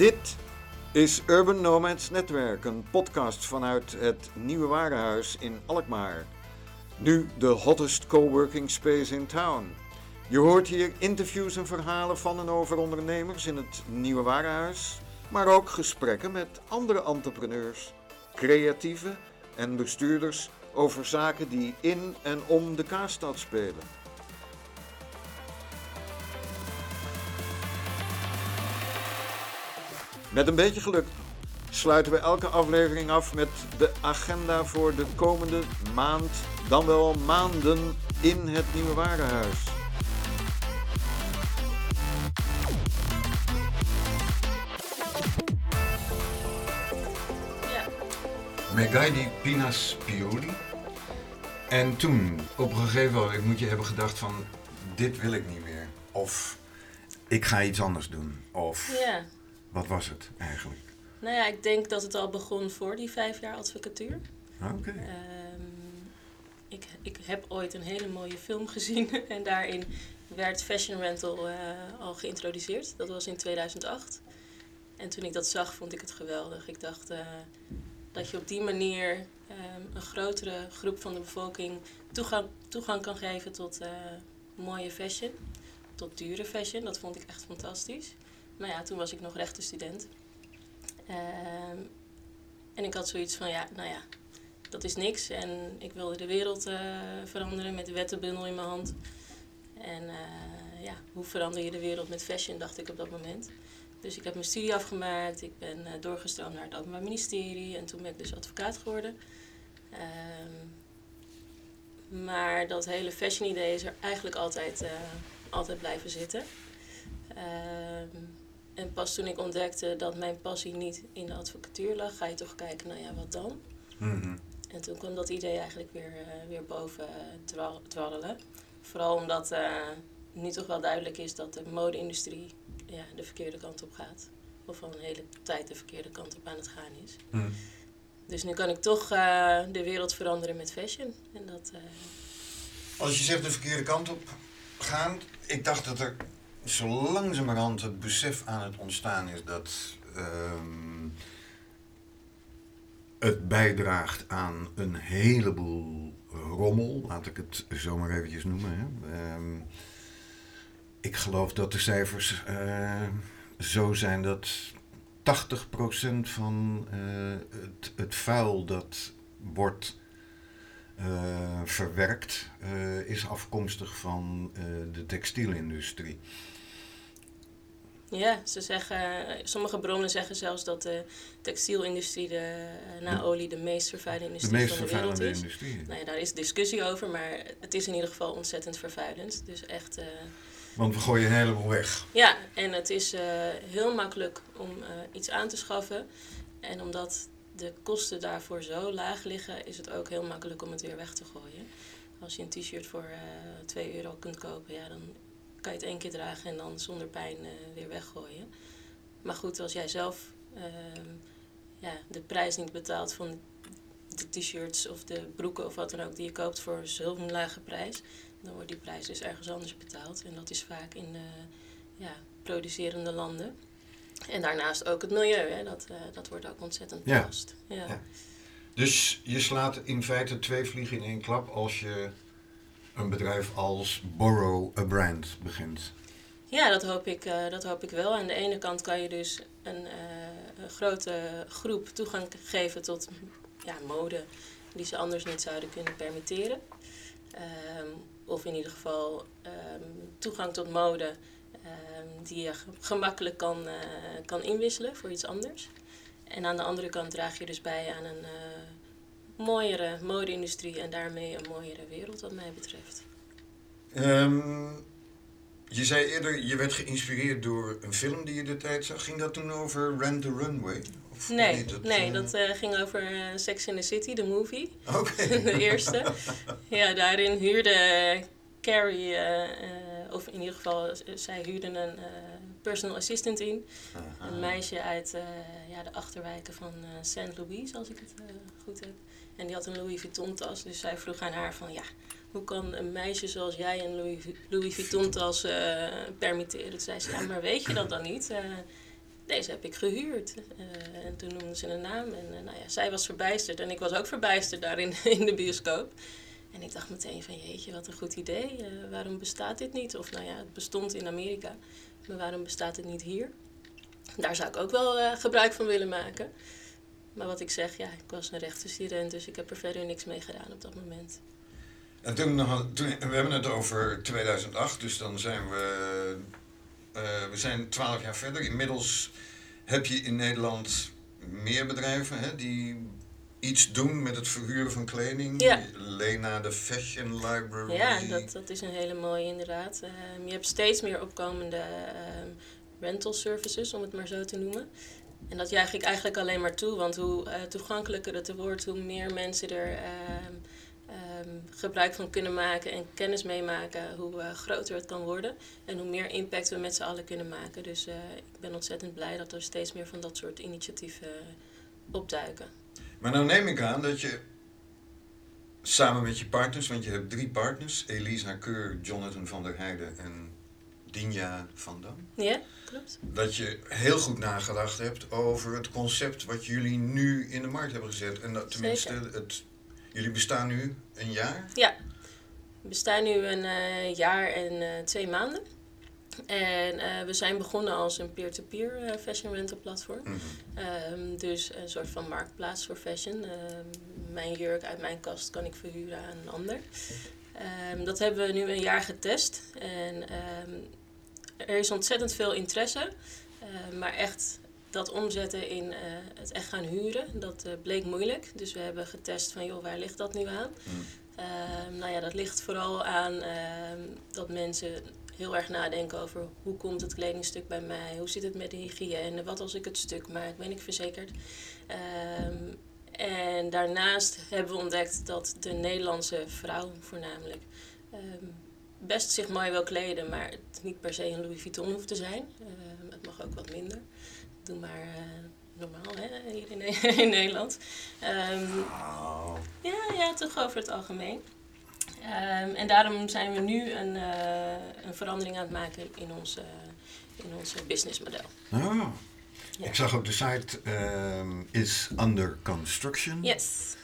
Dit is Urban Nomads Netwerk, een podcast vanuit het Nieuwe Warenhuis in Alkmaar. Nu de hottest coworking space in town. Je hoort hier interviews en verhalen van en over ondernemers in het Nieuwe Warenhuis, maar ook gesprekken met andere entrepreneurs, creatieven en bestuurders over zaken die in en om de Kaasstad spelen. Met een beetje geluk sluiten we elke aflevering af met de agenda voor de komende maand, dan wel maanden in het Nieuwe Warenhuis. Megahidi Pinas Pioli. En toen, op een gegeven moment, moet je hebben gedacht van, dit wil ik niet meer. Of, ik ga iets anders doen. Of, wat was het eigenlijk? Nou ja, ik denk dat het al begon voor die 5 jaar advocatuur. Oké. Ik heb ooit een hele mooie film gezien en daarin werd Fashion Rental al geïntroduceerd. Dat was in 2008. En toen ik dat zag, vond ik het geweldig. Ik dacht dat je op die manier een grotere groep van de bevolking toegang kan geven tot mooie fashion. Tot dure fashion. Dat vond ik echt fantastisch. Maar ja, toen was ik nog rechtenstudent. En ik had zoiets van, dat is niks. En ik wilde de wereld veranderen met de wettenbundel in mijn hand. En hoe verander je de wereld met fashion, dacht ik op dat moment. Dus ik heb mijn studie afgemaakt. Ik ben doorgestroomd naar het Openbaar Ministerie. En toen ben ik dus advocaat geworden. Maar dat hele fashion idee is er eigenlijk altijd blijven zitten. En pas toen ik ontdekte dat mijn passie niet in de advocatuur lag, ga je toch kijken, wat dan? Mm-hmm. En toen kwam dat idee eigenlijk weer boven dwarrelen. Vooral omdat nu toch wel duidelijk is dat de mode-industrie de verkeerde kant op gaat. Of al een hele tijd de verkeerde kant op aan het gaan is. Mm. Dus nu kan ik toch de wereld veranderen met fashion. En dat, Als je zegt de verkeerde kant op gaan, ik dacht dat er zo langzamerhand het besef aan het ontstaan is dat het bijdraagt aan een heleboel rommel, laat ik het zo maar eventjes noemen. Hè. Ik geloof dat de cijfers zo zijn dat 80% van het vuil dat wordt verwerkt is afkomstig van de textielindustrie. Ja, sommige bronnen zeggen zelfs dat de textielindustrie na olie de meest vervuilende industrie van de wereld is. Industrie. Nou ja, daar is discussie over, maar het is in ieder geval ontzettend vervuilend. Dus echt. Want we gooien een heleboel weg. Ja, en het is heel makkelijk om iets aan te schaffen. En omdat de kosten daarvoor zo laag liggen, is het ook heel makkelijk om het weer weg te gooien. Als je een t-shirt voor €2 kunt kopen, dan kan je het 1 keer dragen en dan zonder pijn weer weggooien. Maar goed, als jij zelf de prijs niet betaalt van de t-shirts of de broeken of wat dan ook die je koopt voor zo'n lage prijs, dan wordt die prijs dus ergens anders betaald. En dat is vaak in de producerende landen. En daarnaast ook het milieu, hè? Dat wordt ook ontzettend belast. Ja. Dus je slaat in feite 2 vliegen in 1 klap als je een bedrijf als Borrow a Brand begint. Ja, dat hoop ik wel. Aan de ene kant kan je dus een grote groep toegang geven tot mode die ze anders niet zouden kunnen permitteren. Of in ieder geval toegang tot mode die je gemakkelijk kan inwisselen voor iets anders. En aan de andere kant draag je dus bij aan een mooiere mode-industrie en daarmee een mooiere wereld wat mij betreft. Je zei eerder, je werd geïnspireerd door een film die je destijds zag. Ging dat toen over Rent the Runway? Of dat ging over Sex and the City, de movie. Oké. De eerste. Ja, daarin huurde Carrie, of in ieder geval, zij huurde een personal assistant in. Aha. Een meisje uit de achterwijken van St. Louis, als ik het goed heb. En die had een Louis Vuitton tas, dus zij vroeg aan haar van, hoe kan een meisje zoals jij een Louis Vuitton tas permitteren? Toen zei ze, maar weet je dat dan niet? deze heb ik gehuurd. En toen noemden ze een naam. En zij was verbijsterd. En ik was ook verbijsterd daar in de bioscoop. En ik dacht meteen van, jeetje, wat een goed idee. Waarom bestaat dit niet? Of het bestond in Amerika. Maar waarom bestaat het niet hier? Daar zou ik ook wel gebruik van willen maken. Maar wat ik zeg, ik was een rechtenstudent. Dus ik heb er verder niks mee gedaan op dat moment. En toen we hebben het over 2008, dus dan zijn we zijn 12 jaar verder. Inmiddels heb je in Nederland meer bedrijven die iets doen met het verhuren van kleding. Ja. Lena, de Fashion Library. Ja, dat is een hele mooie inderdaad. Je hebt steeds meer opkomende rental services, om het maar zo te noemen. En dat juich ik eigenlijk alleen maar toe, want hoe toegankelijker het wordt, hoe meer mensen er gebruik van kunnen maken en kennis meemaken, hoe groter het kan worden en hoe meer impact we met z'n allen kunnen maken. Dus ik ben ontzettend blij dat er steeds meer van dat soort initiatieven opduiken. Maar nou neem ik aan dat je samen met je partners, want je hebt 3 partners, Elisa Keur, Jonathan van der Heijden en Dinja van Dam. Ja, klopt. Dat je heel goed nagedacht hebt over het concept wat jullie nu in de markt hebben gezet. En dat, tenminste, jullie bestaan nu een jaar? Ja, we bestaan nu een jaar en 2 maanden. En we zijn begonnen als een peer-to-peer fashion rental platform. Mm-hmm. Dus een soort van marktplaats voor fashion. Mijn jurk uit mijn kast kan ik verhuren aan een ander. Dat hebben we nu een jaar getest. En er is ontzettend veel interesse. Maar echt dat omzetten in het echt gaan huren, dat bleek moeilijk. Dus we hebben getest van, waar ligt dat nu aan? Dat ligt vooral aan dat mensen heel erg nadenken over hoe komt het kledingstuk bij mij? Hoe zit het met de hygiëne? Wat als ik het stuk maak? Ben ik verzekerd? En daarnaast hebben we ontdekt dat de Nederlandse vrouw voornamelijk best zich mooi wil kleden, maar het niet per se een Louis Vuitton hoeft te zijn. Het mag ook wat minder. Doe maar normaal hier in Nederland. Ja, toch over het algemeen. En daarom zijn we nu een verandering aan het maken in ons businessmodel. Oh. Ja. Ik zag op de site is under construction. Yes.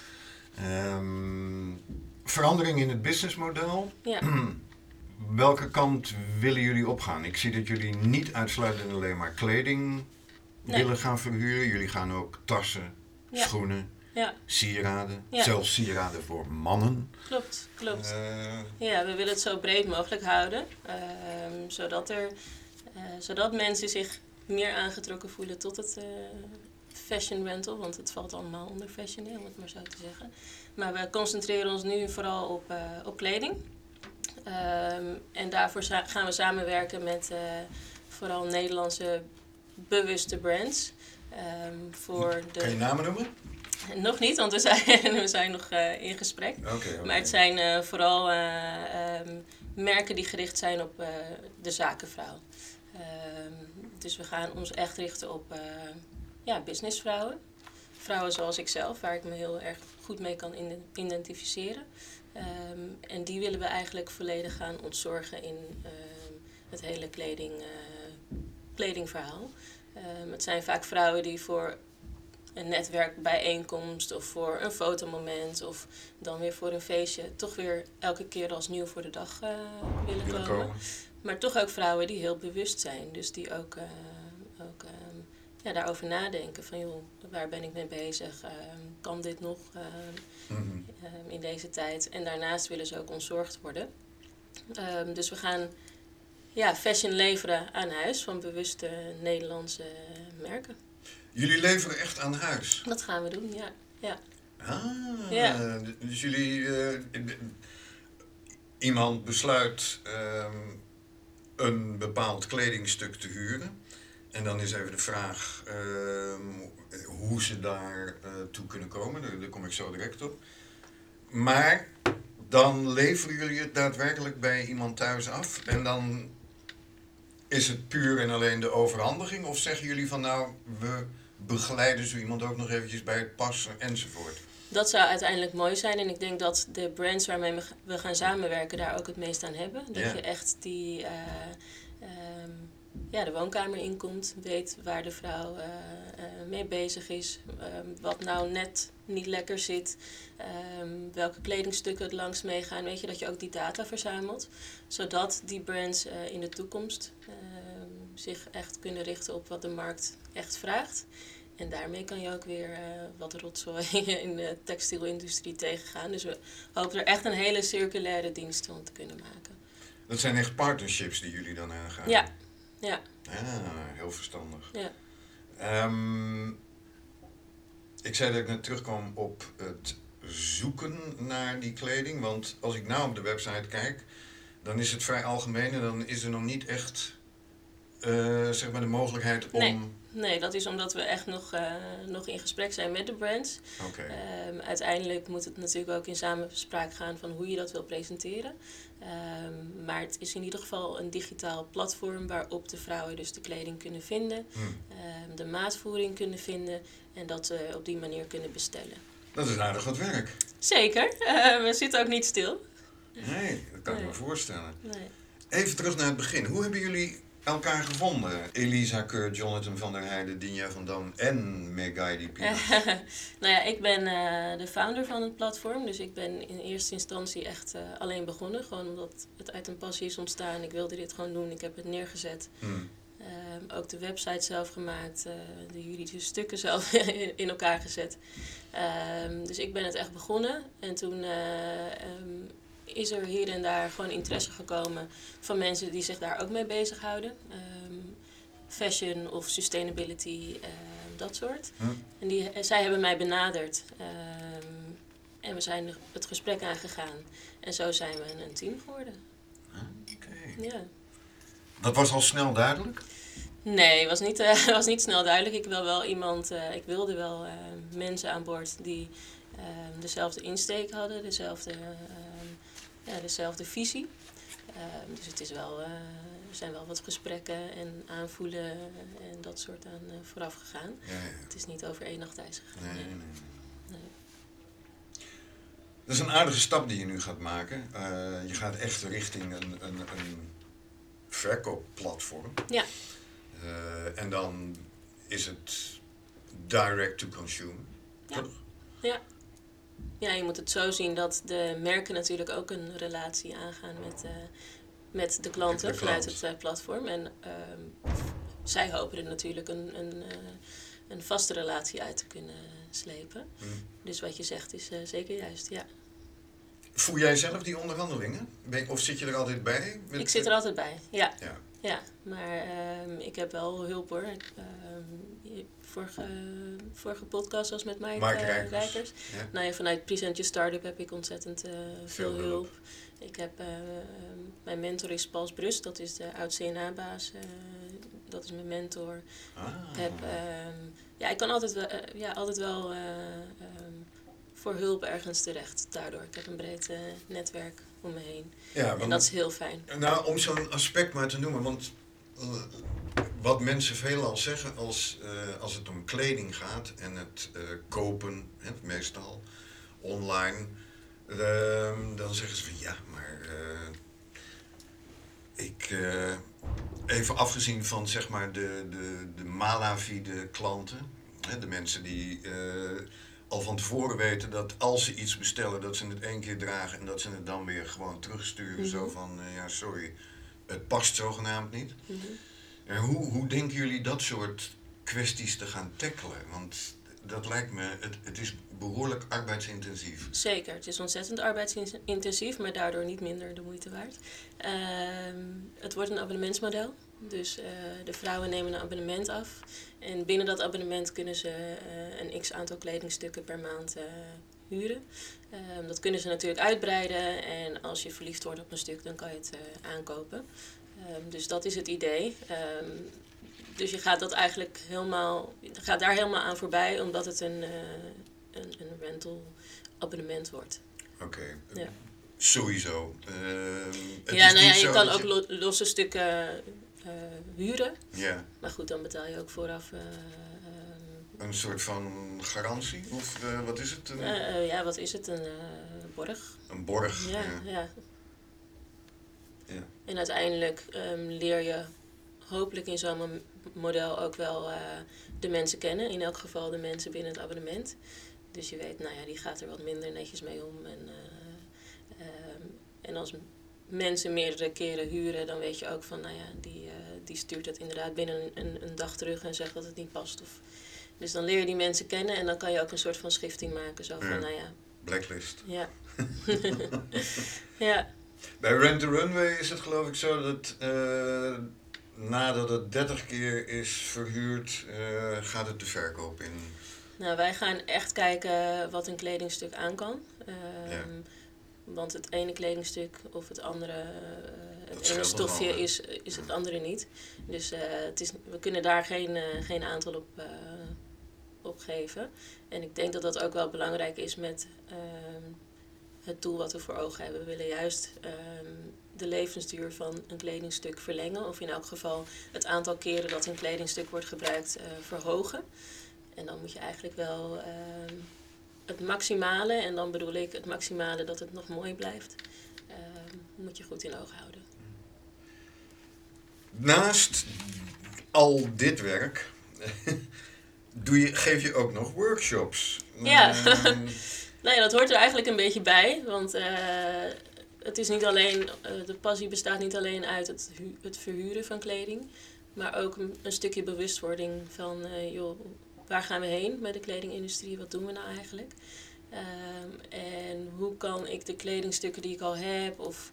Verandering in het businessmodel. Ja. Welke kant willen jullie opgaan? Ik zie dat jullie niet uitsluitend alleen maar kleding willen gaan verhuren. Jullie gaan ook tassen, schoenen, sieraden. Zelfs sieraden voor mannen. Klopt. We willen het zo breed mogelijk houden. Zodat mensen zich meer aangetrokken voelen tot het fashion rental. Want het valt allemaal onder fashion, om het maar zo te zeggen. Maar we concentreren ons nu vooral op kleding. En daarvoor gaan we samenwerken met vooral Nederlandse bewuste brands. Kan je namen noemen? Nog niet, want we zijn nog in gesprek. Okay. Maar het zijn vooral merken die gericht zijn op de zakenvrouw. Dus we gaan ons echt richten op businessvrouwen. Vrouwen zoals ikzelf, waar ik me heel erg goed mee kan identificeren. En die willen we eigenlijk volledig gaan ontzorgen in het hele kledingverhaal. Het zijn vaak vrouwen die voor een netwerkbijeenkomst of voor een fotomoment of dan weer voor een feestje toch weer elke keer als nieuw voor de dag willen komen. Maar toch ook vrouwen die heel bewust zijn. Dus die ook daarover nadenken van waar ben ik mee bezig? Kan dit nog in deze tijd? En daarnaast willen ze ook ontzorgd worden. Dus we gaan fashion leveren aan huis van bewuste Nederlandse merken. Jullie leveren echt aan huis? Dat gaan we doen, ja. Dus jullie... iemand besluit een bepaald kledingstuk te huren. En dan is even de vraag hoe ze daar toe kunnen komen. Daar kom ik zo direct op. Maar dan leveren jullie het daadwerkelijk bij iemand thuis af. En dan is het puur en alleen de overhandiging. Of zeggen jullie van we begeleiden zo iemand ook nog eventjes bij het passen enzovoort. Dat zou uiteindelijk mooi zijn. En ik denk dat de brands waarmee we gaan samenwerken daar ook het meest aan hebben. Dat je echt de woonkamer inkomt, weet waar de vrouw mee bezig is, wat nou net niet lekker zit, welke kledingstukken het langs meegaan. Weet je, dat je ook die data verzamelt, zodat die brands in de toekomst zich echt kunnen richten op wat de markt echt vraagt. En daarmee kan je ook weer wat rotzooi in de textielindustrie tegengaan. Dus we hopen er echt een hele circulaire dienst van te kunnen maken. Dat zijn echt partnerships die jullie dan aangaan? Ja. Heel verstandig. Ja. Ik zei dat ik net terugkwam op het zoeken naar die kleding. Want als ik nou op de website kijk, dan is het vrij algemeen en dan is er nog niet echt zeg maar de mogelijkheid om... Nee, dat is omdat we echt nog in gesprek zijn met de brands. Okay. Uiteindelijk moet het natuurlijk ook in samenspraak gaan van hoe je dat wil presenteren. Maar het is in ieder geval een digitaal platform waarop de vrouwen dus de kleding kunnen vinden. De maatvoering kunnen vinden en dat op die manier kunnen bestellen. Dat is aardig wat werk. Zeker, we zitten ook niet stil. Nee, dat kan ik me voorstellen. Nee. Even terug naar het begin. Hoe hebben jullie elkaar gevonden? Elisa Keur, Jonathan van der Heijden, Dinja van Dam en Megaidi Pinas. Nou ja, ik ben de founder van het platform. Dus ik ben in eerste instantie echt alleen begonnen. Gewoon omdat het uit een passie is ontstaan. Ik wilde dit gewoon doen. Ik heb het neergezet. Ook de website zelf gemaakt. De juridische stukken zelf in elkaar gezet. Dus ik ben het echt begonnen. En toen is er hier en daar gewoon interesse gekomen van mensen die zich daar ook mee bezighouden. Fashion of sustainability, dat soort. En zij hebben mij benaderd. En we zijn het gesprek aangegaan. En zo zijn we een team geworden. Oké. Ja. Dat was al snel duidelijk? Nee, was niet snel duidelijk. Ik wilde wel mensen aan boord die dezelfde insteek hadden, dezelfde visie. Dus het is wel, er zijn wel wat gesprekken en aanvoelen en dat soort aan vooraf gegaan. Ja. Het is niet over één nacht ijs gegaan. Nee. Dat is een aardige stap die je nu gaat maken. Je gaat echt richting een verkoopplatform. Ja. En dan is het direct to consumer. Ja. Ja. Ja, je moet het zo zien dat de merken natuurlijk ook een relatie aangaan met de klanten vanuit het platform. En zij hopen er natuurlijk een vaste relatie uit te kunnen slepen. Dus wat je zegt is zeker juist, ja. Voer jij zelf die onderhandelingen? Of zit je er altijd bij? Ik zit er altijd bij, ja. Maar ik heb wel hulp hoor. Vorige podcast was met Mike Rijkers. Ja. Nou ja, vanuit Present Your Startup heb ik ontzettend veel hulp. Ik heb, mijn mentor is Paul Brust, dat is de oud-CNA-baas. Dat is mijn mentor. Ik kan altijd wel voor hulp ergens terecht daardoor. Ik heb een breed netwerk om me heen. Ja, en dat is heel fijn. Nou, om zo'n aspect maar te noemen, want wat mensen veelal zeggen als het om kleding gaat en het kopen, meestal online, dan zeggen ze van ja, maar even afgezien van zeg maar de malafide klanten, de mensen die al van tevoren weten dat als ze iets bestellen, dat ze het 1 keer dragen en dat ze het dan weer gewoon terugsturen. Zo van, sorry, het past zogenaamd niet. En hoe denken jullie dat soort kwesties te gaan tackelen? Want dat lijkt me, het is behoorlijk arbeidsintensief. Zeker, het is ontzettend arbeidsintensief, maar daardoor niet minder de moeite waard. Het wordt een abonnementsmodel. Dus de vrouwen nemen een abonnement af. En binnen dat abonnement kunnen ze een x-aantal kledingstukken per maand huren. Dat kunnen ze natuurlijk uitbreiden. En als je verliefd wordt op een stuk, dan kan je het aankopen. Dus dat is het idee. Dus je gaat dat eigenlijk daar helemaal aan voorbij, omdat het een rental abonnement wordt. Oké. Ja. Sowieso. Je kan ook losse stukken huren. Ja. Maar goed, dan betaal je ook vooraf. Een soort van garantie? Of wat is het? Wat is het? Een borg. Een borg, ja. En uiteindelijk leer je hopelijk in zo'n model ook wel de mensen kennen. In elk geval de mensen binnen het abonnement. Dus je weet, nou ja, die gaat er wat minder netjes mee om. En als mensen meerdere keren huren, dan weet je ook van, nou ja, die stuurt het inderdaad binnen een dag terug en zegt dat het niet past. Dus dan leer je die mensen kennen en dan kan je ook een soort van schifting maken. Zo van, nou ja. Blacklist. Ja. Ja. Bij Rent the Runway is het geloof ik zo dat nadat het 30 keer is verhuurd, gaat het de verkoop in. Nou, wij gaan echt kijken wat een kledingstuk aan kan. Want het ene kledingstuk of het andere, het ene stofje is het andere niet. Dus we kunnen daar geen aantal op geven. En ik denk dat dat ook wel belangrijk is met het doel wat we voor ogen hebben. We willen juist de levensduur van een kledingstuk verlengen. Of in elk geval het aantal keren dat een kledingstuk wordt gebruikt verhogen. En dan moet je eigenlijk wel het maximale, en dan bedoel ik het maximale dat het nog mooi blijft, moet je goed in oog houden. Naast al dit werk geef je ook nog workshops. Ja, nou ja, dat hoort er eigenlijk een beetje bij, want het is niet alleen, de passie bestaat niet alleen uit het verhuren van kleding, maar ook een stukje bewustwording van, joh, waar gaan we heen met de kledingindustrie? Wat doen we nou eigenlijk? En hoe kan ik de kledingstukken die ik al heb of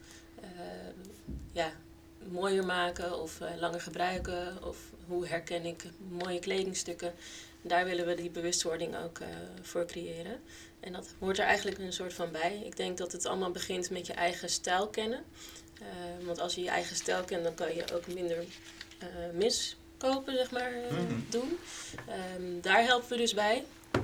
mooier maken of langer gebruiken? Of hoe herken ik mooie kledingstukken? Daar willen we die bewustwording ook voor creëren. En dat hoort er eigenlijk een soort van bij. Ik denk dat het allemaal begint met je eigen stijl kennen. Want als je je eigen stijl kent, dan kan je ook minder miskopen, zeg maar, doen. Daar helpen we dus bij.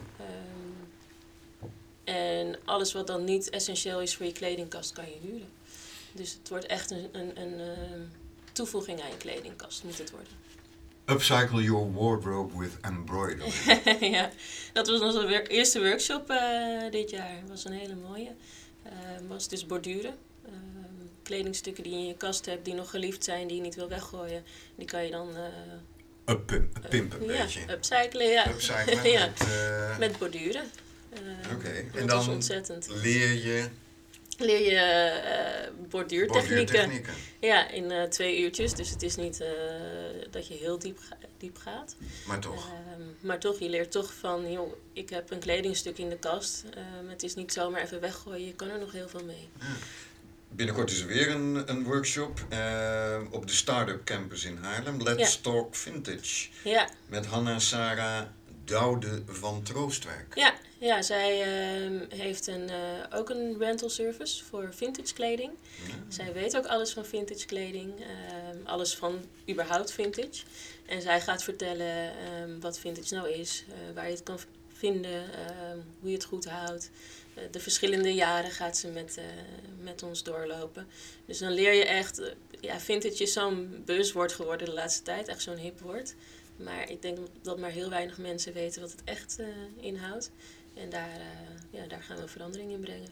En alles wat dan niet essentieel is voor je kledingkast, kan je huren. Dus het wordt echt een toevoeging aan je kledingkast, moet het worden. Upcycle your wardrobe with embroidery. Ja, dat was onze eerste workshop dit jaar. Dat was een hele mooie. Was dus borduren. Kledingstukken die je in je kast hebt, die nog geliefd zijn, die je niet wil weggooien. Die kan je dan pimpen een beetje. Upcyclen, ja. Upcyclen ja. Met borduren. Oké. En dat dan is ontzettend. leer je borduurtechnieken. Ja, in 2 uurtjes. Dus het is niet dat je heel diep gaat. Maar toch. Maar toch, je leert toch van, joh, ik heb een kledingstuk in de kast. Het is niet zomaar even weggooien. Je kan er nog heel veel mee. Ja. Binnenkort is er weer een workshop op de Startup Campus in Haarlem. Let's Talk Vintage. Ja. Met Hanna-Sarah Doude van Troostwijk. Ja, zij heeft ook een rental service voor vintage kleding. Ja. Zij weet ook alles van vintage kleding. Alles van überhaupt vintage. En zij gaat vertellen wat vintage nou is. Waar je het kan vinden. Hoe je het goed houdt. De verschillende jaren gaat ze met ons doorlopen. Dus dan leer je echt. Vintage is zo'n buzzwoord geworden de laatste tijd. Echt zo'n hip woord. Maar ik denk dat maar heel weinig mensen weten wat het echt inhoudt. En daar gaan we verandering in brengen.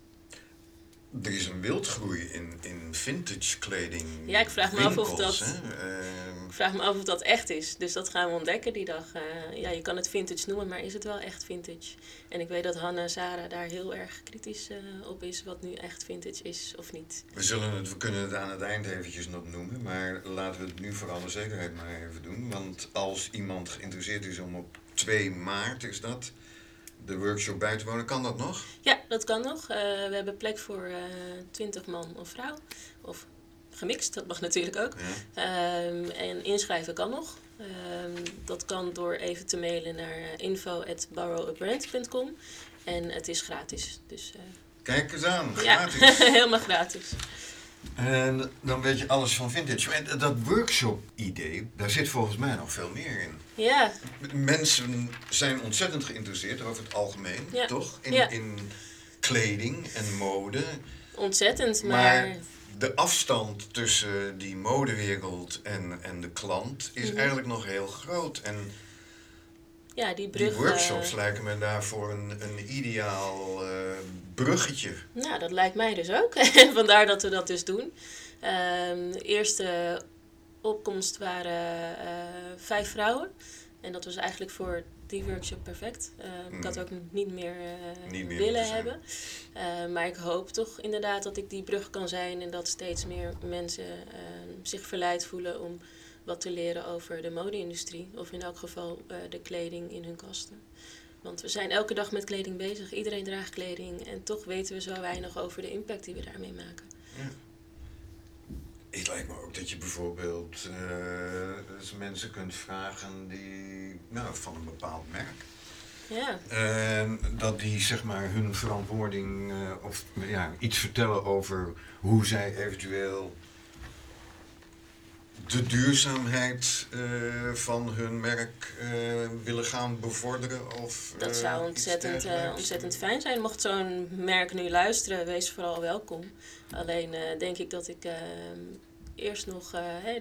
Er is een wildgroei in vintage kleding. Ja, ik vraag me af of dat. Ik vraag me af of dat echt is. Dus dat gaan we ontdekken die dag. Je kan het vintage noemen, maar is het wel echt vintage? En ik weet dat Hanna-Sarah daar heel erg kritisch op is, wat nu echt vintage is of niet. We kunnen het aan het eind eventjes nog noemen, maar laten we het nu voor alle zekerheid maar even doen. Want als iemand geïnteresseerd is om op 2 maart, is dat, de workshop bij te wonen, kan dat nog? Ja, dat kan nog. We hebben plek voor 20 man of vrouw. Of gemixt, dat mag natuurlijk ook. Ja. En inschrijven kan nog. Dat kan door even te mailen naar info@borrowabrand.com. En het is gratis. Dus, kijk eens aan, gratis. Ja, helemaal gratis. En dan weet je alles van vintage. En dat workshop-idee, daar zit volgens mij nog veel meer in. Ja. Mensen zijn ontzettend geïnteresseerd over het algemeen, toch? In kleding en mode. Ontzettend, maar de afstand tussen die modewereld en de klant is eigenlijk nog heel groot. En ja, die workshops lijken me daarvoor een ideaal bruggetje. Nou, dat lijkt mij dus ook. Vandaar dat we dat dus doen. De eerste opkomst waren 5 vrouwen. En dat was eigenlijk voor die workshop perfect. Ik had ook niet meer willen hebben. Maar ik hoop toch inderdaad dat ik die brug kan zijn en dat steeds meer mensen zich verleid voelen om wat te leren over de mode-industrie. Of in elk geval de kleding in hun kasten. Want we zijn elke dag met kleding bezig. Iedereen draagt kleding. En toch weten we zo weinig over de impact die we daarmee maken. Ja. Het lijkt me ook dat je bijvoorbeeld mensen kunt vragen die, van een bepaald merk. Ja. Dat die zeg maar hun verantwoording of iets vertellen over hoe zij eventueel de duurzaamheid van hun merk willen gaan bevorderen. Dat zou ontzettend fijn zijn. Mocht zo'n merk nu luisteren, wees vooral welkom. Alleen denk ik dat ik eerst nog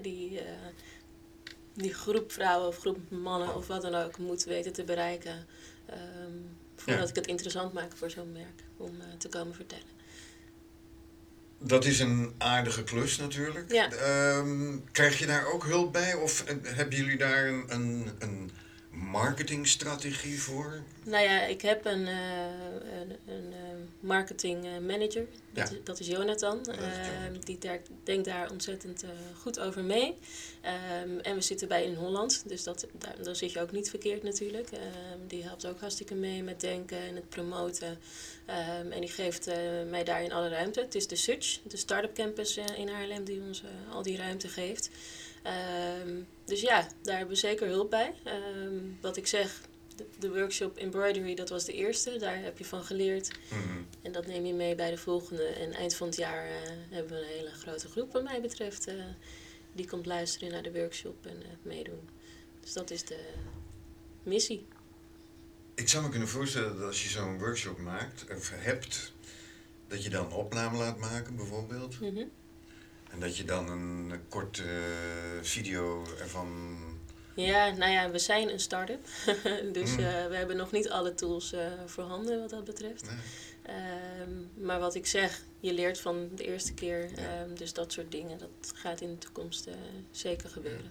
die groep vrouwen of groep mannen of wat dan ook moet weten te bereiken. Voordat ik het interessant maak voor zo'n merk om te komen vertellen. Dat is een aardige klus natuurlijk. Ja. Krijg je daar ook hulp bij? Of hebben jullie daar een marketingstrategie voor? Nou ja, ik heb een marketing manager. Dat is Jonathan. Die denkt daar ontzettend goed over mee. En we zitten in Holland. Dus daar zit je ook niet verkeerd natuurlijk. Die helpt ook hartstikke mee met denken en het promoten. En die geeft mij daarin alle ruimte. Het is de SUTJ, de Startup Campus in Haarlem, die ons al die ruimte geeft. Dus ja, daar hebben we zeker hulp bij. Wat ik zeg, de workshop Embroidery, dat was de eerste. Daar heb je van geleerd. Mm-hmm. En dat neem je mee bij de volgende. En eind van het jaar hebben we een hele grote groep wat mij betreft. Die komt luisteren naar de workshop en meedoen. Dus dat is de missie. Ik zou me kunnen voorstellen dat als je zo'n workshop maakt, of hebt, dat je dan opname laat maken bijvoorbeeld. Mm-hmm. En dat je dan een korte video ervan... Ja, nou ja, we zijn een start-up. Dus we hebben nog niet alle tools voorhanden wat dat betreft. Nee. Maar wat ik zeg, je leert van de eerste keer. Ja. Dus dat soort dingen, dat gaat in de toekomst zeker gebeuren.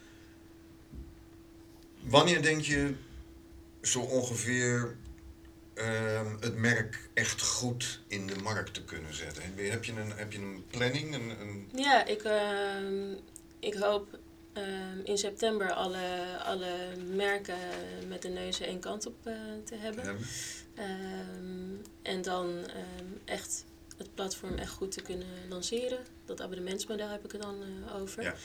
Wanneer denk je zo ongeveer het merk echt goed in de markt te kunnen zetten? Heb je een planning? Ja, ik hoop in september alle merken met de neus één kant op te hebben. En dan echt het platform echt goed te kunnen lanceren. Dat abonnementsmodel heb ik er dan over. Ja.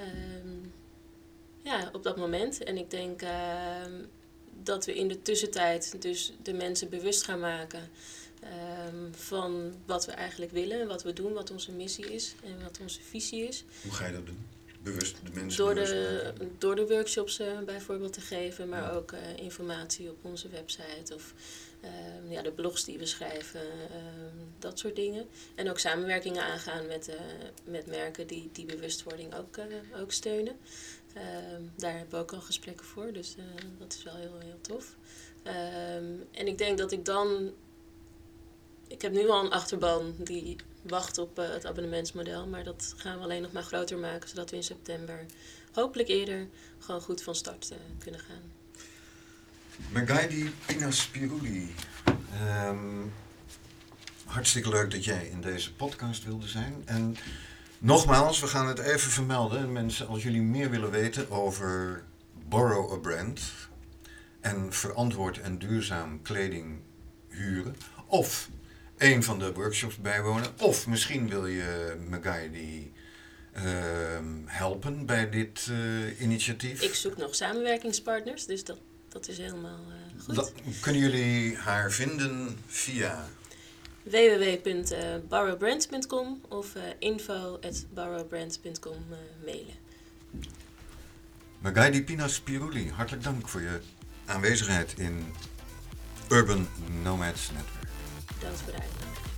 Ja, op dat moment. En ik denk dat we in de tussentijd dus de mensen bewust gaan maken van wat we eigenlijk willen, wat we doen, wat onze missie is en wat onze visie is. Hoe ga je dat doen? Bewust de mensen door de workshops bijvoorbeeld te geven, maar ook informatie op onze website of de blogs die we schrijven, dat soort dingen. En ook samenwerkingen aangaan met merken die bewustwording ook steunen. Daar hebben we ook al gesprekken voor, dus dat is wel heel, heel tof. En ik denk dat ik dan... Ik heb nu al een achterban die wacht op het abonnementsmodel, maar dat gaan we alleen nog maar groter maken, zodat we in september, hopelijk eerder, gewoon goed van start kunnen gaan. Magaidi Pinaspiruli, hartstikke leuk dat jij in deze podcast wilde zijn. En nogmaals, we gaan het even vermelden. Mensen, als jullie meer willen weten over Borrow a Brand en verantwoord en duurzaam kleding huren, of een van de workshops bijwonen, of misschien wil je Magaidi helpen bij dit initiatief. Ik zoek nog samenwerkingspartners, dus dat is helemaal goed. Kunnen jullie haar vinden via www.borrowbrands.com of info@borrowbrands.com mailen. Magaidi Pinaspiruli, hartelijk dank voor je aanwezigheid in Urban Nomads Network. Bedankt voor de uitnodiging.